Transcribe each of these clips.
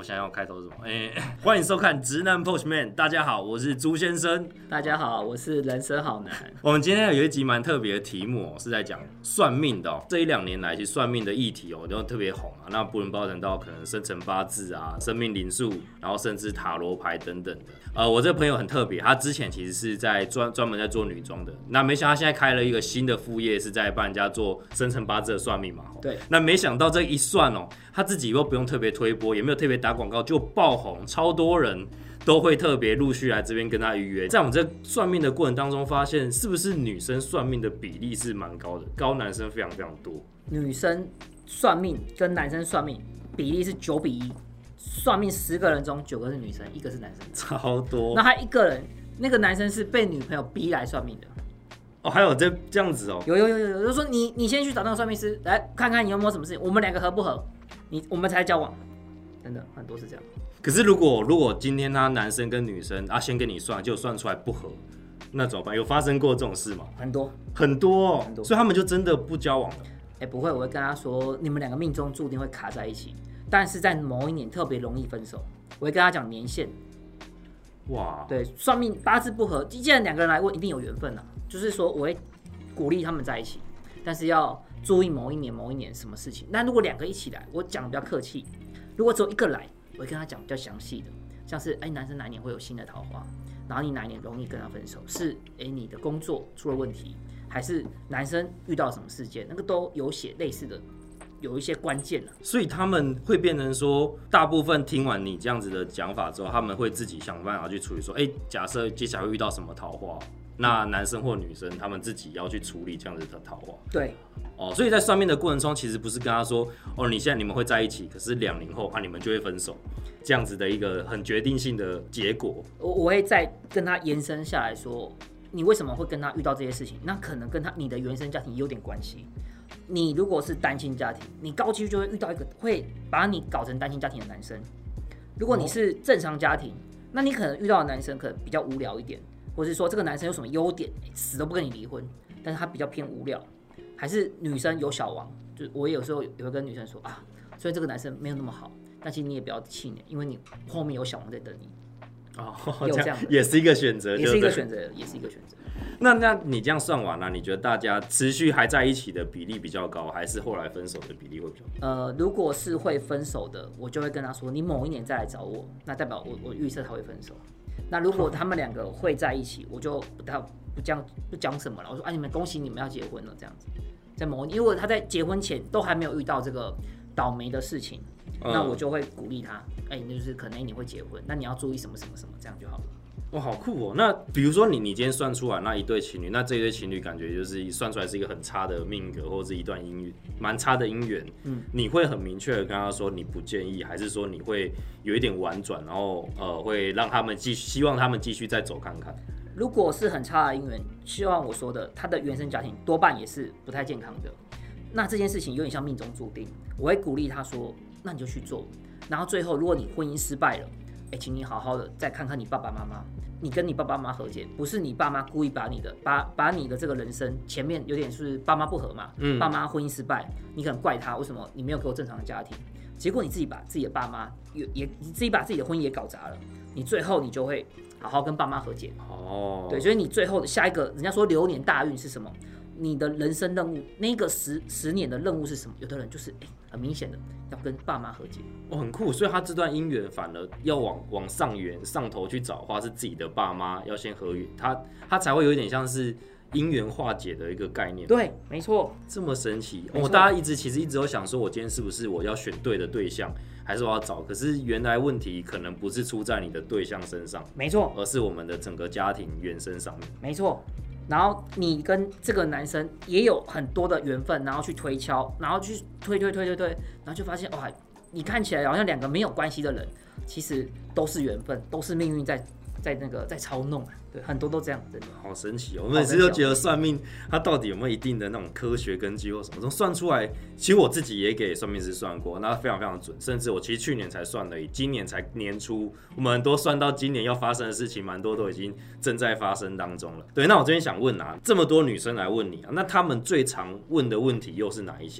我想要开头是什么？欢迎收看直男 Postman。大家好，我是朱先生。 大家好，我是人生好难。 我们今天有一集蛮特别的题目是在讲算命的这1-2年来，其实算命的议题都特别红啊。那不能包含到可能生辰八字啊、生命灵数，然后甚至塔罗牌等等的。我这个朋友很特别，他之前其实是在专门在做女装的。那没想到他现在开了一个新的副业，是在帮人家做生辰八字的算命嘛。 对。 那没想到这一算他自己又不用特别推播，也没有特别打广告，就爆红，超多人都会特别陆续来这边跟他预约。在我们这算命的过程当中，发现是不是女生算命的比例是蛮高的，高男生非常非常多。 女生算命跟男生算命比例是9:1，算命10个人中9个是女生，1个是男生， 超多。 那还1个人，那个男生是被女朋友逼来算命的。 还有这样子哦。 有，就说你先去找那个算命师来看看你有没有什么事情，我们2个合不合，我们才交往。真的很多是这样。 可是如果今天他男生跟女生先跟你算，就算出来不合，那怎么办？有发生过这种事吗？ 很多哦，所以他们就真的不交往了。 不会，我会跟他说，你们2个命中注定会卡在一起，但是在某一年特别容易分手。我会跟他讲年限。 哇， 对，算命八字不合，既然2个人来问，一定有缘分啊。就是说，我会鼓励他们在一起，但是要注意某一年什么事情。那如果2个一起来，我讲的比较客气。如果只有1个来，我会跟他讲比较详细的，像是男生哪一年会有新的桃花，然后你哪一年容易跟他分手，是你的工作出了问题，还是男生遇到什么事件，那个都有写类似的，有一些关键啊。 所以他们会变成说，大部分听完你这样子的讲法之后，他们会自己想办法去处理说，假设接下来会遇到什么桃花，那男生或女生他们自己要去处理这样子的桃花。 对。 所以在算命的过程中，其实不是跟他说，你现在你们会在一起，可是2年后你们就会分手，这样子的一个很决定性的结果。 我会再跟他延伸下来说，你为什么会跟他遇到这些事情？那可能跟你的原生家庭有点关系。你如果是单亲家庭，你高几率就会遇到一个会把你搞成单亲家庭的男生。如果你是正常家庭，那你可能遇到的男生可能比较无聊一点，或是说这个男生有什么优点，死都不跟你离婚，但是他比较偏无聊。还是女生有小王，就我也有时候也会跟女生说虽然这个男生没有那么好，但其实你也不要气馁，因为你后面有小王在等你。有这样的， 也是一个选择， 也是一个选择。 那你这样算完了，你觉得大家持续还在一起的比例比较高，还是后来分手的比例会比较高？ 如果是会分手的，我就会跟他说，你某一年再来找我，那代表我预测他会分手。那如果他们2个会在一起，我就不讲什么了。我说你们恭喜你们要结婚了，这样子。在某一年，因为他在结婚前都还没有遇到这个倒霉的事情，那我就会鼓励他，就是可能你会结婚，那你要注意什么什么什么，这样就好了。 哇，好酷哦！那比如说你今天算出来那一对情侣，那这一对情侣感觉就是算出来是一个很差的命格，或者是一段蛮差的姻缘。你会很明确的跟他说你不建议，还是说你会有一点婉转，然后会让他们希望他们继续再走看看？ 如果是很差的姻缘，希望我说的，他的原生家庭多半也是不太健康的。那这件事情有点像命中注定，我会鼓励他说，那你就去做。然后最后，如果你婚姻失败了，请你好好的再看看你爸爸妈妈，你跟你爸爸妈妈和解，不是你爸妈故意把你的这个人生前面有点是爸妈不和嘛，爸妈婚姻失败，你可能怪他为什么你没有给我正常的家庭，结果你自己把自己的爸妈你自己把自己的婚姻也搞砸了，你最后你就会好好跟爸妈和解。对，所以你最后的下一个，人家说流年大运是什么？你的人生任务，那个十年的任务是什么？有的人就是很明显的要跟爸妈和解。 很酷，所以他这段姻缘反而要往上头去找的话，是自己的爸妈要先和缘，他才会有一点像是姻缘化解的一个概念。 对，没错， 这么神奇。大家其实一直都想说，我今天是不是我要选对的对象，还是我要找？可是原来问题可能不是出在你的对象身上， 没错， 而是我们的整个家庭原生上面。 没错。然后你跟这个男生也有很多的缘分，然后去推敲，然后去推，然后就发现哇，你看起来好像2个没有关系的人，其实都是缘分，都是命运在操弄。对，很多都这样，真的好神奇哦！我每次都觉得算命，它到底有没有一定的那种科学根据或什么？从算出来，其实我自己也给算命师算过，那非常非常准。甚至我其实去年才算而已，今年才年初，我们很多算到今年要发生的事情，蛮多都已经正在发生当中了。对，那我这边想问啊，这么多女生来问你啊，那她们最常问的问题又是哪一些呢？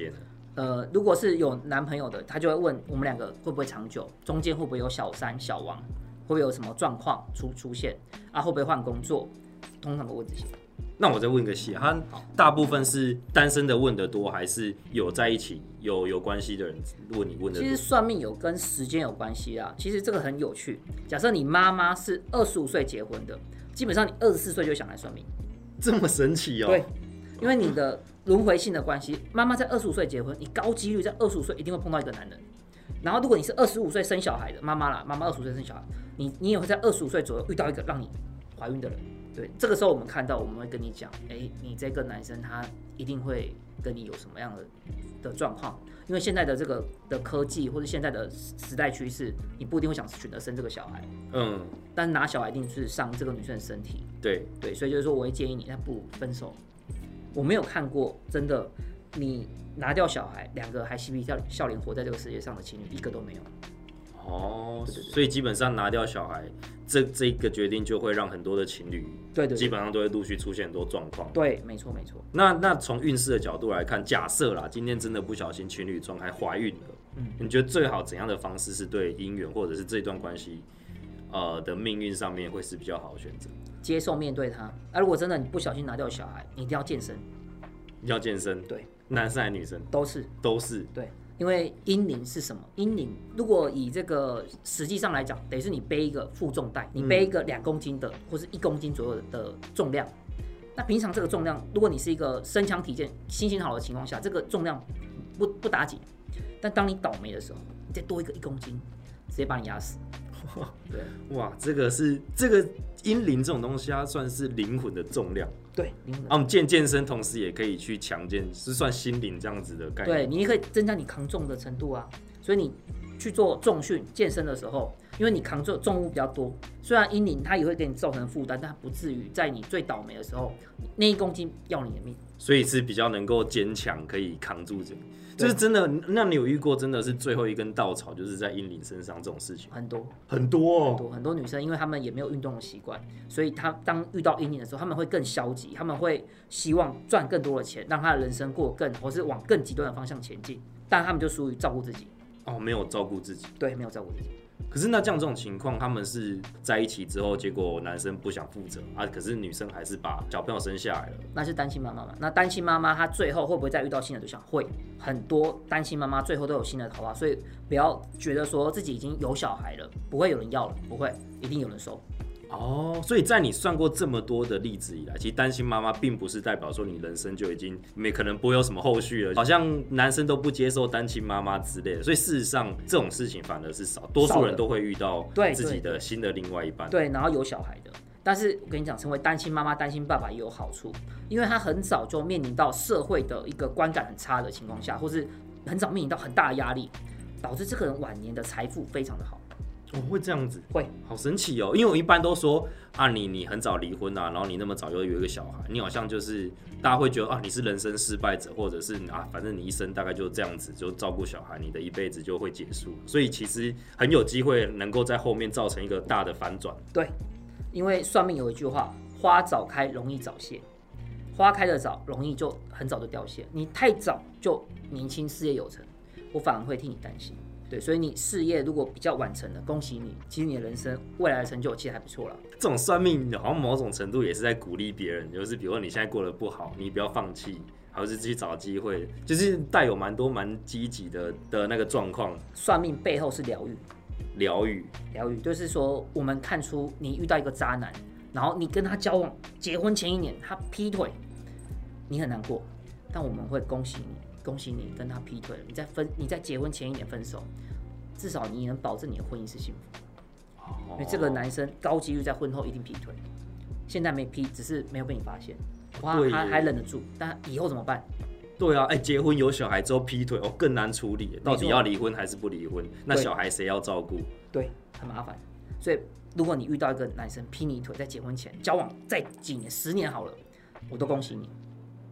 如果是有男朋友的，他就会问我们两个会不会长久，中间会不会有小三、小王，会不会有什么状况出现啊？会不会换工作？通常都问这些。 那我再问个细，他大部分是单身的问的多，还是有在一起有关系的人问你问的多？ 其实算命有跟时间有关系啦。其实这个很有趣。假设你妈妈是25岁结婚的，基本上你24岁就想来算命。 这么神奇哦？ 对，因为你的轮回性的关系，妈妈在25岁结婚，你高几率在25岁一定会碰到一个男人。然后如果你是25岁生小孩的妈妈啦，妈妈25岁生小孩，你也会在25岁左右遇到一个让你怀孕的人。对，这个时候我们看到，我们会跟你讲，你这个男生他一定会跟你有什么样的状况，因为现在的这个的科技或者现在的时代趋势，你不一定会想选择生这个小孩，但是拿小孩一定是伤这个女生的身体，对，所以就是说我会建议你，那不如分手。我没有看过真的你拿掉小孩，两个还嬉皮笑脸活在这个世界上的情侣，一个都没有。对， 所以基本上拿掉小孩，这一个决定就会让很多的情侣，对，基本上都会陆续出现很多状况。 对，没错。 那从运势的角度来看，假设啦，今天真的不小心情侣状态怀孕了，你觉得最好怎样的方式是对姻缘或者是这段关系的命运上面会是比较好的选择？ 接受面对它。如果真的你不小心拿掉小孩，你一定要健身。 要健身？ 对， 男生还是女生？ 都是。对。因为阴灵是什么？阴灵如果以这个实际上来讲，等于是你背一个负重带，你背一个2公斤的或是1公斤左右的重量。那平常这个重量，如果你是一个身强体健、心情好的情况下，这个重量不打紧。但当你倒霉的时候，你再多一个1公斤，直接把你压死。 对，哇，这个阴灵这种东西，它算是灵魂的重量。 对， 我们健身，同时也可以去强健，是算心灵这样子的概念。 对，你也可以增加你扛重的程度啊。所以你去做重训、健身的时候，因为你扛重物比较多，虽然阴灵它也会给你造成负担，但它不至于在你最倒霉的时候，那1公斤要你的命。 所以是比较能够坚强，可以扛住这个。就是真的，那你有遇过真的是最后一根稻草，就是在阴灵身上这种事情？ 很多很多女生，因为她们也没有运动的习惯，所以她当遇到阴灵的时候，她们会更消极，她们会希望赚更多的钱，让她的人生过得更，或是往更极端的方向前进。但她们就属于照顾自己。 没有照顾自己。对， 没有照顾自己。 可是那这种情况，他们是在一起之后，结果男生不想负责啊，可是女生还是把小朋友生下来了。 那是单亲妈妈嘛？那单亲妈妈她最后会不会再遇到新的对象？会，很多单亲妈妈最后都有新的桃花，所以不要觉得说自己已经有小孩了，不会有人要了，不会，一定有人收。 所以在你算过这么多的例子以来，其实单亲妈妈并不是代表说你人生就已经没可能不会有什么后续了，好像男生都不接受单亲妈妈之类的，所以事实上这种事情反而是少，多数人都会遇到自己的新的另外一半。 对，然后有小孩的。但是我跟你讲，成为单亲妈妈、单亲爸爸也有好处，因为他很早就面临到社会的一个观感很差的情况下，或是很早面临到很大的压力，导致这个人晚年的财富非常的好。 会这样子？ 会， 好神奇哦！因为我一般都说你很早离婚啊，然后你那么早又有一个小孩，你好像就是大家会觉得你是人生失败者，或者是反正你一生大概就这样子，就照顾小孩，你的一辈子就会结束。所以其实很有机会能够在后面造成一个大的反转。 对，因为算命有一句话：花早开容易早谢，花开的早容易就很早就凋谢。你太早就年轻事业有成，我反而会替你担心。对，所以你事业如果比较晚成了，恭喜你，其实你的人生未来的成就其实还不错啦。 这种算命好像某种程度也是在鼓励别人，就是比如说你现在过得不好，你不要放弃，还是去找机会，就是带有蛮积极的那个状况。 算命背后是疗愈， 疗愈就是说我们看出你遇到一个渣男，然后你跟他交往，结婚前1年他劈腿，你很难过，但我们会恭喜你跟他劈腿了，你在结婚前1年分手，至少你能保证你的婚姻是幸福。因为这个男生高几率在婚后一定劈腿，现在没劈，只是没有被你发现，他还忍得住，但以后怎么办？ 对啊，结婚有小孩之后劈腿更难处理，到底要离婚还是不离婚？那小孩谁要照顾？ 对，很麻烦。所以如果你遇到一个男生劈你腿，在结婚前交往再几年10年好了，我都恭喜你。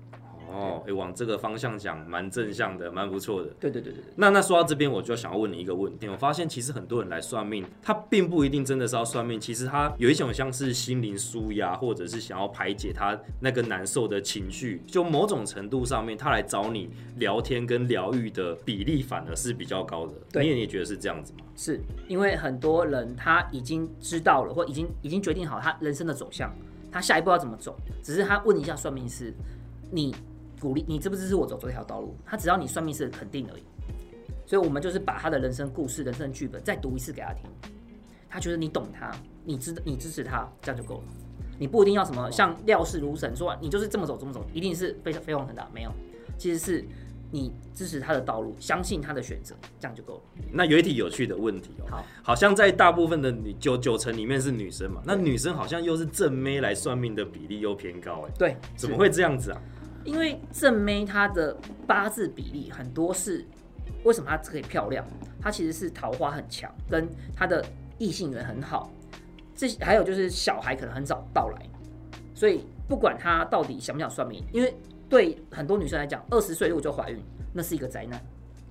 哦，往这个方向讲，蛮正向的，蛮不错的。 对。 那说到这边，我就想要问你一个问题。我发现其实很多人来算命，他并不一定真的是要算命，其实他有一种像是心灵抒压，或者是想要排解他那个难受的情绪，就某种程度上面，他来找你聊天跟疗愈的比例反而是比较高的。你也觉得是这样子吗？ 是因为很多人他已经知道了，或已经决定好他人生的走向，他下一步要怎么走，只是他问一下算命师，你鼓励你支不支持我走这条道路？他只要你算命师的肯定而已。所以我们就是把他的人生故事、人生剧本再读一次给他听，他觉得你懂他，你支持他，这样就够了。你不一定要什么像料事如神，说你就是这么走，一定是飞黄腾达，没有，其实是你支持他的道路，相信他的选择，这样就够了。 那有一题有趣的问题好像在大部分的九成里面是女生嘛，那女生好像又是正妹来算命的比例又偏高对， 怎么会这样子啊？ 因为正妹她的八字比例很多是。为什么她可以漂亮？她其实是桃花很强，跟她的异性缘很好。还有就是小孩可能很早到来，所以不管她到底想不想算命，因为对很多女生来讲，20岁如果就怀孕，那是一个灾难。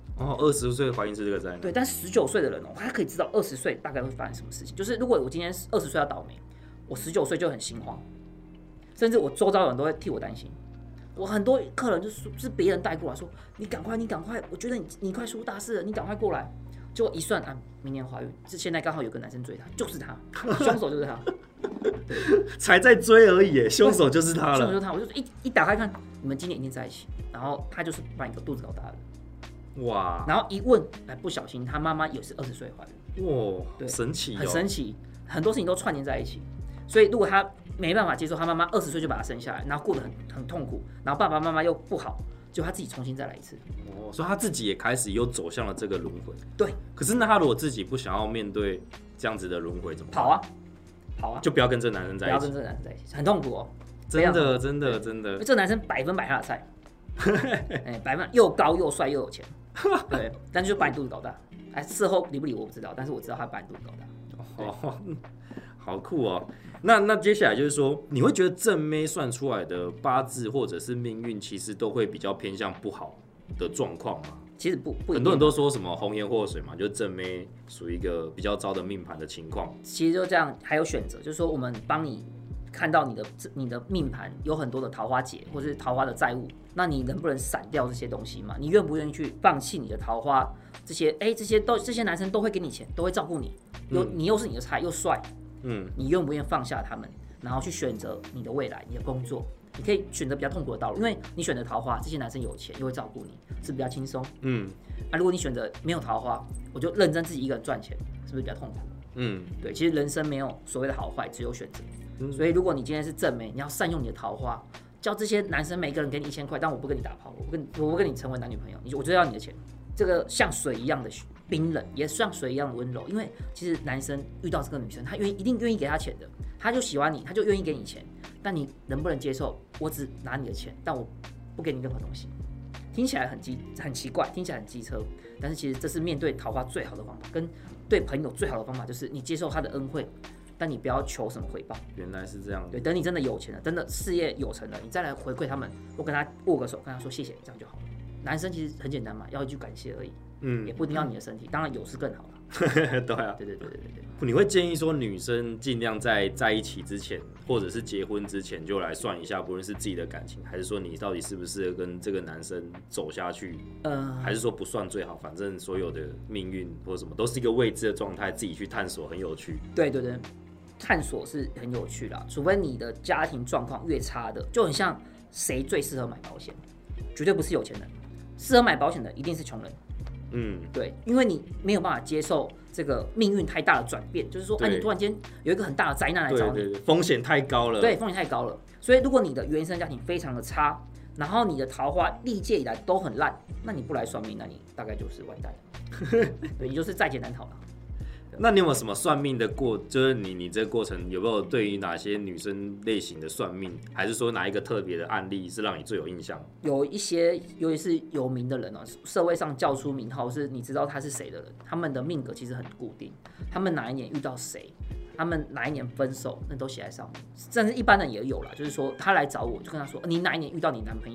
20岁怀孕是这个灾难。 对，但19岁的人她可以知道20岁大概会发生什么事情。就是如果我今天20岁要倒霉，我19岁就很心慌，甚至我周遭的人都会替我担心。我很多客人就是别人带过来说，你赶快，我觉得你快出大事了，你赶快过来。结果一算啊，明年怀孕，现在刚好有个男生追她，就是他，凶手就是他， 才在追而已，凶手就是他了。 凶手就是他，我就一打开看，你们今年一定在一起，然后他就是把你的肚子搞大了。 哇！ 然后一问，不小心他妈妈也是20岁怀孕。 哇，神奇很神奇，很多事情都串联在一起。所以如果他没办法接受他妈妈20岁就把他生下来，然后过得很痛苦，然后爸爸妈妈又不好，就他自己重新再来一次。 所以他自己也开始又走向了这个轮回。 对。 可是那他如果自己不想要面对这样子的轮回怎么办？ 跑啊！ 就不要跟这男生在一起。 不要跟这男生在一起，很痛苦哦。 真的。 这男生100%他的菜，又高又帅又有钱，对，但就把你肚子搞大。事后理不理我不知道，但是我知道他把你肚子搞大。 好酷哦！那接下来就是说，你会觉得正妹算出来的八字或者是命运，其实都会比较偏向不好的状况吗？ 其实不很多人都说什么红颜祸水嘛，就是正妹属于一个比较糟的命盘的情况。 其实就这样，还有选择，就是说我们帮你看到你的命盘有很多的桃花劫或是桃花的债务，那你能不能闪掉这些东西嘛？你愿不愿意去放弃你的桃花？这些男生都会给你钱，都会照顾你，你又是你的菜又帅。你愿不愿意放下他们，然后去选择你的未来、你的工作？你可以选择比较痛苦的道路，因为你选择桃花，这些男生有钱又会照顾你，是比较轻松。如果你选择没有桃花，我就认真自己一个人赚钱，是不是比较痛苦？对，其实人生没有所谓的好坏，只有选择。所以如果你今天是正妹，你要善用你的桃花，叫这些男生每个人给你1000块，但我不跟你打炮，我不跟你成为男女朋友，我就要你的钱。这个像水一样的冰冷，也像水一样的温柔。因为其实男生遇到这个女生，他一定愿意给她钱的，他就喜欢你，他就愿意给你钱。但你能不能接受？我只拿你的钱，但我不给你任何东西。听起来很奇怪，听起来很机车，但是其实这是面对桃花最好的方法，跟对朋友最好的方法，就是你接受他的恩惠，但你不要求什么回报。 原来是这样。 对，等你真的有钱了，真的事业有成了，你再来回馈他们，或跟他握个手，跟他说谢谢，这样就好了。男生其实很简单嘛，要一句感谢而已，也不一定要你的身体，当然有是更好了。 对啊， 对。 你会建议说女生尽量在一起之前，或者是结婚之前就来算一下，不论是自己的感情，还是说你到底适不适合跟这个男生走下去，还是说不算最好，反正所有的命运或者什么都是一个未知的状态，自己去探索很有趣。 对，探索是很有趣的，除非你的家庭状况越差的，就很像谁最适合买保险，绝对不是有钱人。适合买保险的一定是穷人，对，因为你没有办法接受这个命运太大的转变，就是说，你突然间有一个很大的灾难来找你， 风险太高了， 对，风险太高了。所以如果你的原生家庭非常的差，然后你的桃花历届以来都很烂，那你不来算命，那你大概就是完蛋了，对，你就是在劫难逃了。 那你有没有什么算命的就是你这个过程有没有对于哪些女生类型的算命，还是说哪一个特别的案例是让你最有印象？ 有一些，尤其是有名的人哦，社会上叫出名号，是你知道他是谁的人，他们的命格其实很固定，他们哪一年遇到谁，他们哪一年分手，那都写在上面。甚至一般人也有啦，就是说他来找我，就跟他说，你哪一年遇到你男朋友，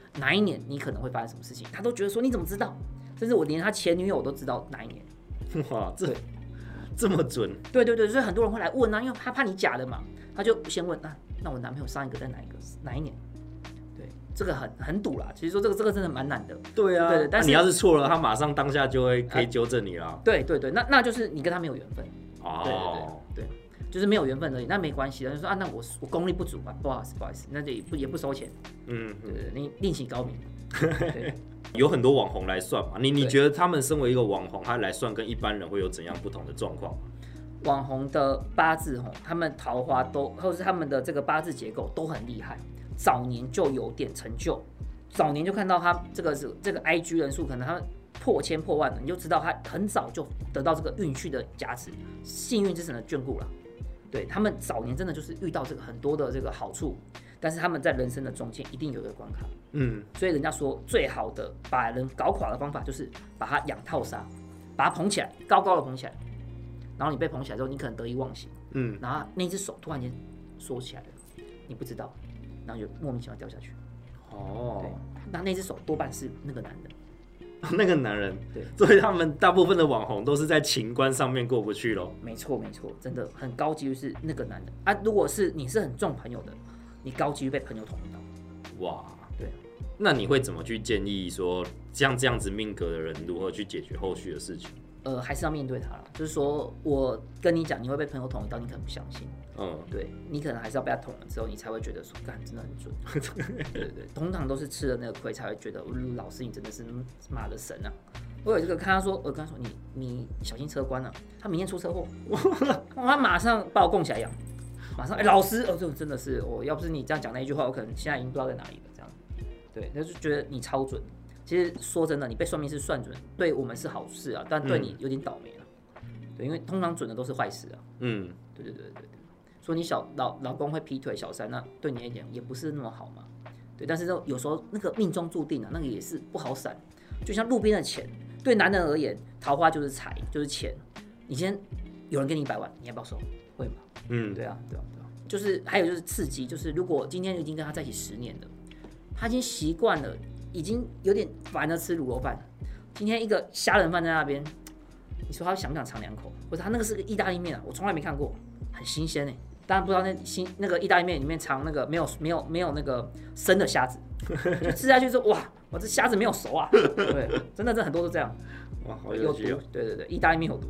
哪一年你可能会发生什么事情，他都觉得说你怎么知道？甚至我连他前女友都知道哪一年。 哇，这么准？ 对，所以很多人会来问啊，因为他怕你假的嘛，他就先问啊，那我男朋友上一个在哪一年？对，这个很赌啦。其实说这个真的蛮难的。 对啊，对，但是你要是错了，他马上当下就会可以纠正你啦。 对，那就是你跟他没有缘分。 哦， 对，就是没有缘分而已，那没关系的。就说啊，那我功力不足吧，不好意思，那就也不收钱。对，你另起高明。对。 有很多网红来算嘛，你觉得他们身为一个网红，他来算跟一般人会有怎样不同的状况？ 网红的八字他们桃花都，或是他们的这个八字结构都很厉害，早年就有点成就，早年就看到他这个 IG 人数可能他破千破万了，你就知道他很早就得到这个运气的加持，幸运之神的眷顾了。对，他们早年真的就是遇到这个很多的这个好处，但是他们在人生的中间一定有一个关卡。所以人家说最好的把人搞垮的方法就是把他养套杀，把他捧起来，高高的捧起来，然后你被捧起来之后，你可能得意忘形，然后那只手突然间缩起来了，你不知道，然后就莫名其妙掉下去。对，那只手多半是那个男人。 那个男人， 对， 所以他们大部分的网红都是在情关上面过不去咯。 没错，真的很高几率是那个男人啊。如果是你是很重朋友的，你高几率被朋友捅到。 哇， 对， 那你会怎么去建议说像这样子命格的人如何去解决后续的事情？ 还是要面对他了。就是说我跟你讲，你会被朋友捅一刀，你可能不相信。对，你可能还是要被他捅了之后，你才会觉得说，干真的很准。对，通常都是吃了那个亏，才会觉得，老师你真的是妈的神啊！我有这个看他说，我跟他说你小心车关了，他明天出车祸，他马上把我供起来养，马上老师，这真的是我要不是你这样讲那一句话，我可能现在已经不知道在哪里了。这样，对，他就觉得你超准。其实说真的，你被算命师算准，对我们是好事啊，但对你有点倒霉了。对，因为通常准的都是坏事啊。对。说你老公会劈腿小三，那对你来讲也不是那么好嘛。对，但是有时候那个命中注定啊，那个也是不好闪。就像路边的钱，对男人而言，桃花就是财，就是钱。你今天有人给你100万，你要不要收？会吗？对啊。就是还有就是刺激，就是如果今天已经跟他在一起10年了，他已经习惯了。已经有点烦了吃卤肉饭，今天一个虾仁饭在那边，你说他想不想尝2口？或者他那个是个意大利面啊，我从来没看过，很新鲜哎。当然不知道那个意大利面里面藏那个没有那个生的虾子，就吃下去说哇，我这虾子没有熟啊。对，真的很多都这样。 哇，好有趣哦。 对，意大利面有毒。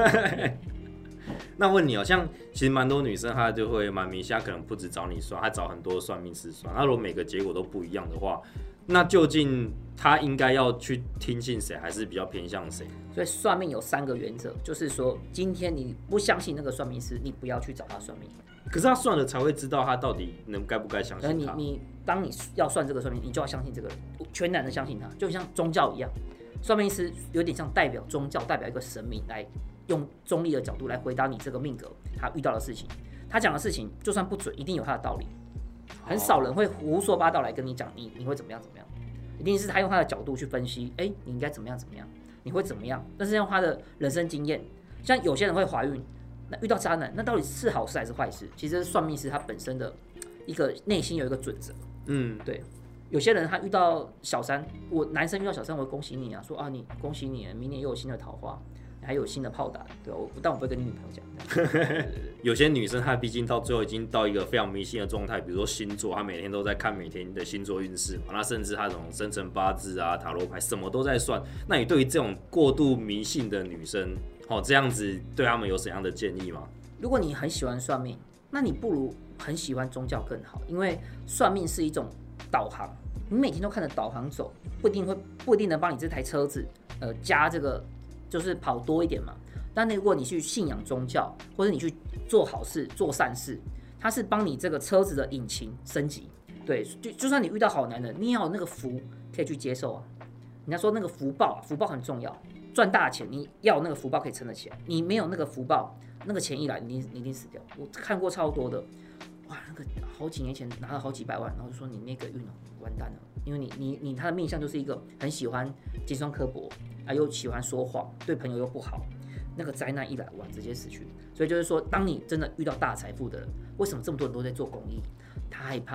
那问你像其实蛮多女生她就会蛮迷信，可能不止找你算，她找很多算命师算。那如果每个结果都不一样的话，那究竟她应该要去听信谁，还是比较偏向谁？ 所以算命有3个原则，就是说今天你不相信那个算命师，你不要去找他算命。 可是他算了才会知道他到底该不该相信他。 当你要算这个算命，你就要相信这个人，全然的相信他，就像宗教一样，算命师有点像代表宗教，代表一个神明来用中立的角度来回答你这个命格他遇到的事情。他讲的事情就算不准，一定有他的道理。很少人会胡说八道来跟你讲你会怎么样，一定是他用他的角度去分析，你应该怎么样，你会怎么样？但是用他的人生经验，像有些人会怀孕，那遇到渣男，那到底是好事还是坏事？其实算命师他本身的一个内心有一个准则。对。有些人他遇到小三，男生遇到小三，我会恭喜你啊，说啊你恭喜你，明年又有新的桃花。还有新的炮打，对，但我不会跟你女朋友讲。 有些女生她毕竟到最后已经到一个非常迷信的状态，比如说星座，她每天都在看每天的星座运势嘛，那甚至她这种生辰八字啊、塔罗牌什么都在算。那你对于这种过度迷信的女生，这样子对她们有怎样的建议吗？ 如果你很喜欢算命，那你不如很喜欢宗教更好，因为算命是一种导航，你每天都看着导航走，不一定能帮你这台车子加这个。就是跑多一点嘛，但如果你去信仰宗教，或者你去做好事、做善事，它是帮你这个车子的引擎升级。对，就算你遇到好男人，你也要有那个福可以去接受啊。人家说那个福报，福报很重要，赚大钱你要有那个福报可以撑得起来，你没有那个福报，那个钱一来，你一定死掉。我看过超多的，哇，那个好几年前拿了好几百万，然后就说你那个运完蛋了，因为你他的命相就是一个很喜欢尖酸刻薄。又喜欢说谎，对朋友又不好，那个灾难一来，哇，直接死去。所以就是说，当你真的遇到大财富的人，为什么这么多人都在做公益？他害怕了，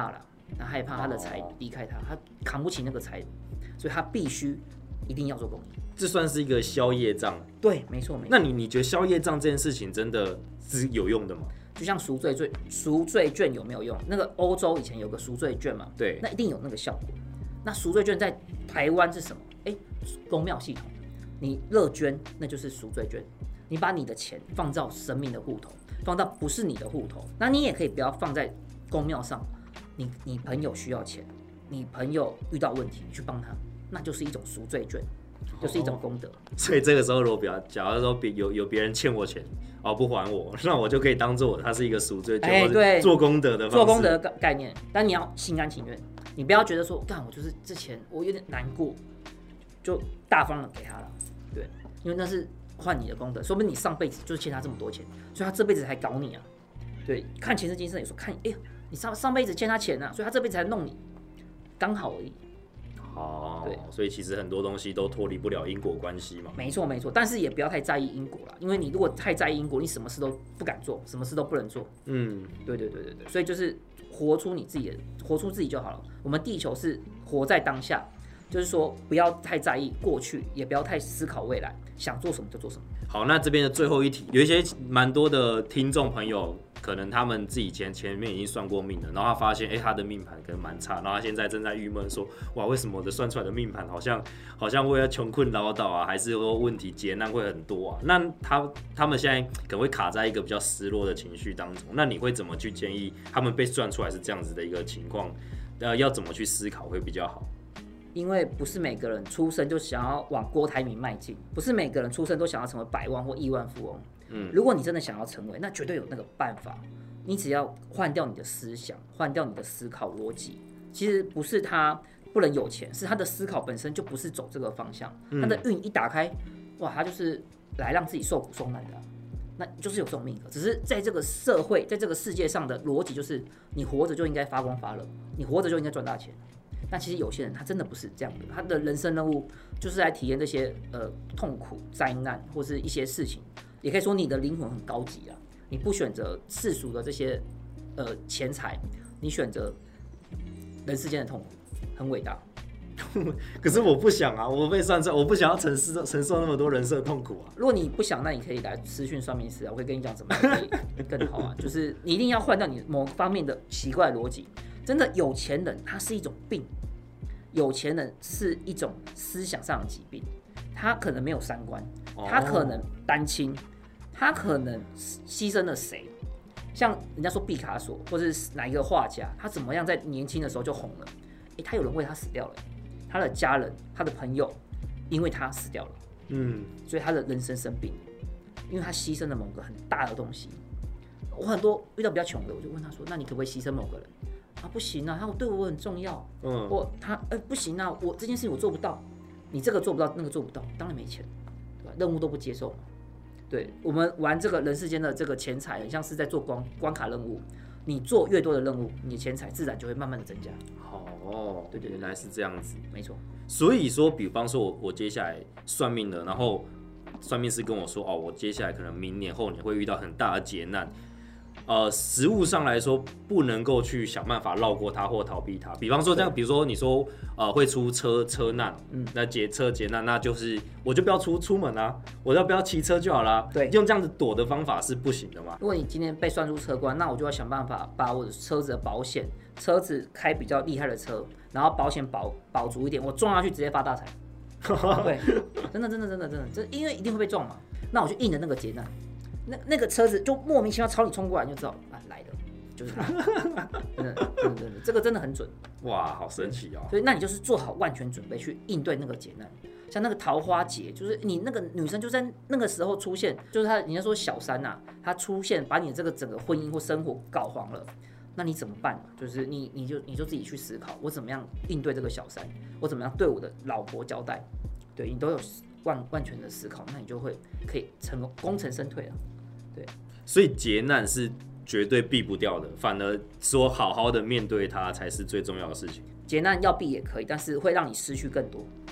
他害怕他的财离开他，他扛不起那个财，所以他必须一定要做公益。 这算是一个消业障。 对，没错没错。 那你觉得消业障这件事情真的是有用的吗？ 就像赎罪券有没有用？那个欧洲以前有个赎罪券嘛， 对， 那一定有那个效果。那赎罪券在台湾是什么？公庙系统，你乐捐那就是赎罪券，你把你的钱放到神明的户头，放到不是你的户头，那你也可以不要放在公庙上。你朋友需要钱，你朋友遇到问题，你去帮他，那就是一种赎罪券，就是一种功德。 所以这个时候，如果假如说有别人欠我钱，不还我，那我就可以当做它是一个赎罪券， 对， 做功德的方式。 做功德的概念，但你要心甘情愿，你不要觉得说，干我就是这钱我有点难过，就大方的给他了，对，因为那是换你的功德，说不定你上辈子就是欠他这么多钱，所以他这辈子才搞你啊。对，看前世今生，有时候看，你上辈子欠他钱啊，所以他这辈子才弄你，刚好而已。 对，所以其实很多东西都脱离不了因果关系嘛。 没错没错，但是也不要太在意因果啦，因为你如果太在意因果，你什么事都不敢做，什么事都不能做。对，所以就是活出自己就好了。我们地球是活在当下，就是说不要太在意过去，也不要太思考未来，想做什么就做什么。 好，那这边的最后一题，有一些蛮多的听众朋友，可能他们自己前面已经算过命了，然后他发现，他的命盘可能蛮差，然后他现在正在郁闷说，哇，为什么我的算出来的命盘好像会要穷困潦倒啊，还是说问题劫难会很多啊？那他们现在可能会卡在一个比较失落的情绪当中，那你会怎么去建议他们被算出来是这样子的一个情况？要怎么去思考会比较好？ 因为不是每个人出生就想要往郭台铭迈进，不是每个人出生都想要成为百万或亿万富翁。如果你真的想要成为，那绝对有那个办法。你只要换掉你的思想，换掉你的思考逻辑。其实不是他不能有钱，是他的思考本身就不是走这个方向。他的运一打开，哇，他就是来让自己受苦受难的那就是有这种命格。只是在这个社会，在这个世界上的逻辑就是，你活着就应该发光发热，你活着就应该赚大钱。但其实有些人他真的不是这样的，他的人生任务就是来体验这些痛苦、灾难或是一些事情。也可以说你的灵魂很高级啊，你不选择世俗的这些钱财，你选择人世间的痛苦，很伟大。 可是我不想啊，我被算出来，我不想要承受那么多人生的痛苦啊。 如果你不想，那你可以来私讯算命师啊，我会跟你讲怎么样可以更好啊。就是你一定要换掉你某方面的奇怪逻辑。真的有钱人他是一种病，有钱人是一种思想上的疾病，他可能没有三观，他可能单亲，他可能牺牲了谁？像人家说毕卡索或是哪一个画家，他怎么样在年轻的时候就红了？他有人为他死掉了，他的家人、他的朋友因为他死掉了，所以他的人生生病，因为他牺牲了某个很大的东西。我很多遇到比较穷的，我就问他说：“那你可不可以牺牲某个人？”不行啊，他对我很重要。不行啊，我这件事情我做不到，你这个做不到，那个做不到，当然没钱，对吧？任务都不接受嘛。对，我们玩这个人世间的这个钱财，很像是在做关卡任务。你做越多的任务，你的钱财自然就会慢慢的增加。对，原来是这样子， 没错。 所以说，比方说我接下来算命了，然后算命师跟我说，我接下来可能明年后年会遇到很大的劫难。实务上来说，不能够去想办法绕过它或逃避它。比方说这样，比如说你说会出车难，那劫难，那就是我就不要出门啊，我要不要骑车就好啦。 对， 用这样子躲的方法是不行的嘛。 如果你今天被算出车关，那我就要想办法把我的车子的保险，车子开比较厉害的车，然后保险保足一点，我撞下去直接发大财。对，真的，这因为一定会被撞嘛，那我就应了那个劫难。那个车子就莫名其妙朝你冲过来，你就知道来了，就是他。真的，这个真的很准。 哇，好神奇哦！ 所以那你就是做好万全准备去应对那个劫难。像那个桃花劫，就是你那个女生就在那个时候出现，就是人家说小三呐，她出现把你这个整个婚姻或生活搞黄了，那你怎么办？就是你就自己去思考，我怎么样应对这个小三，我怎么样对我的老婆交代，对你都有万全的思考，那你就会可以成功功成身退了。对， 所以劫难是绝对避不掉的，反而说好好的面对它才是最重要的事情。 劫难要避也可以，但是会让你失去更多。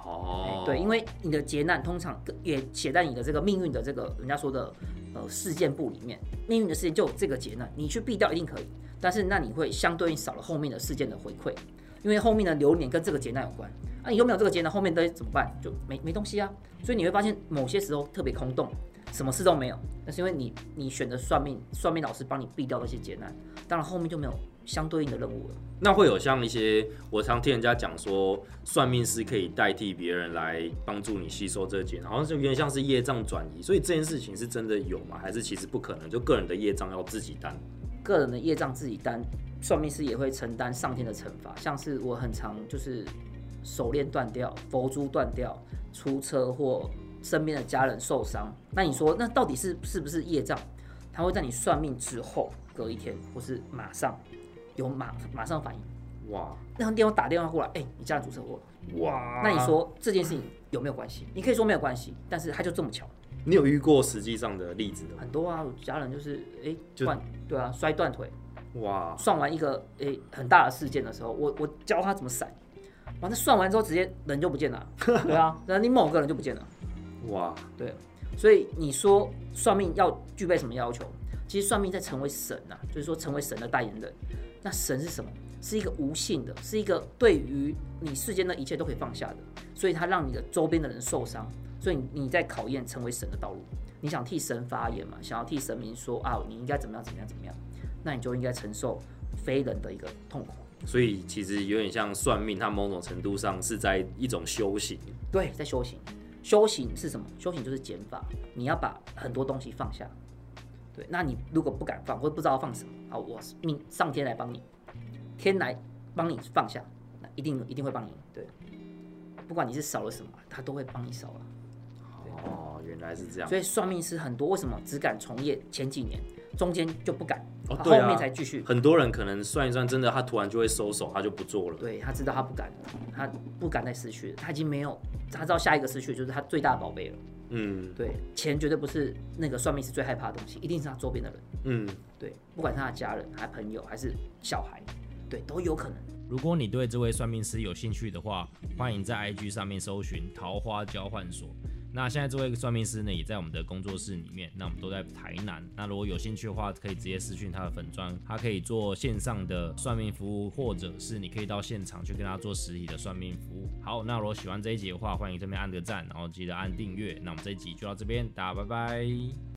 哦， 对，因为你的劫难通常也写在你的这个命运的这个人家说的事件簿里面，命运的事件就有这个劫难，你去避掉一定可以，但是那你会相对应少了后面的事件的回馈，因为后面的流年跟这个劫难有关，你又没有这个劫难，后面的怎么办？就没东西啊，所以你会发现某些时候特别空洞，什么事都没有，那是因为你选择算命老师帮你避掉那些劫难，当然后面就没有相对应的任务了。 那会有像一些我常听人家讲说，算命师可以代替别人来帮助你吸收这个劫难，好像就有点像是业障转移，所以这件事情是真的有吗？还是其实不可能？就个人的业障要自己担？ 个人的业障自己担，算命师也会承担上天的惩罚，像是我很常就是手链断掉、佛珠断掉、出车祸、身边的家人受伤，那你说那到底是不是业障？它会在你算命之后隔一天，或是马上有马上反应。哇！那电话打电话过来，你家人出车祸了。哇！那你说这件事情有没有关系？你可以说没有关系，但是它就这么巧。 你有遇过实际上的例子的吗？ 很多啊，我家人就是对啊，摔断腿。哇！算完一个很大的事件的时候，我教他怎么闪，完了算完之后直接人就不见了。对啊，然后你某个人就不见了。哇！对，所以你说算命要具备什么要求？其实算命在成为神啊，就是说成为神的代言人。那神是什么？是一个无性的，是一个对于你世间的一切都可以放下的，所以他让你的周边的人受伤，所以你在考验成为神的道路。你想替神发言嘛？想要替神明说啊，你应该怎么样怎么样怎么样，那你就应该承受非人的一个痛苦。 所以其实有点像算命，它某种程度上是在一种修行。 对，在修行。修行是什么？修行就是减法，你要把很多东西放下。对，那你如果不敢放，或者不知道放什么，好，我命上天来帮你，天来帮你放下，那一定会帮你。对，不管你是少了什么，他都会帮你少了。 哦，原来是这样。 所以算命师很多，为什么只敢从业前几年，中间就不敢， 对啊， 后面才继续。 很多人可能算一算，真的他突然就会收手，他就不做了。 对，他知道他不敢，他不敢再失去了，他已经没有，他知道下一个失去的就是他最大的宝贝了。对，钱绝对不是那个算命师最害怕的东西，一定是他周边的人。对，不管是他的家人、还朋友，还是小孩，对，都有可能。 如果你对这位算命师有兴趣的话，欢迎在 IG 上面搜寻桃花交换所。那现在这位算命师呢，也在我们的工作室里面。那我们都在台南。那如果有兴趣的话，可以直接私讯他的粉专，他可以做线上的算命服务，或者是你可以到现场去跟他做实体的算命服务。好，那如果喜欢这一集的话，欢迎这边按个赞，然后记得按订阅。那我们这一集就到这边，大家拜拜。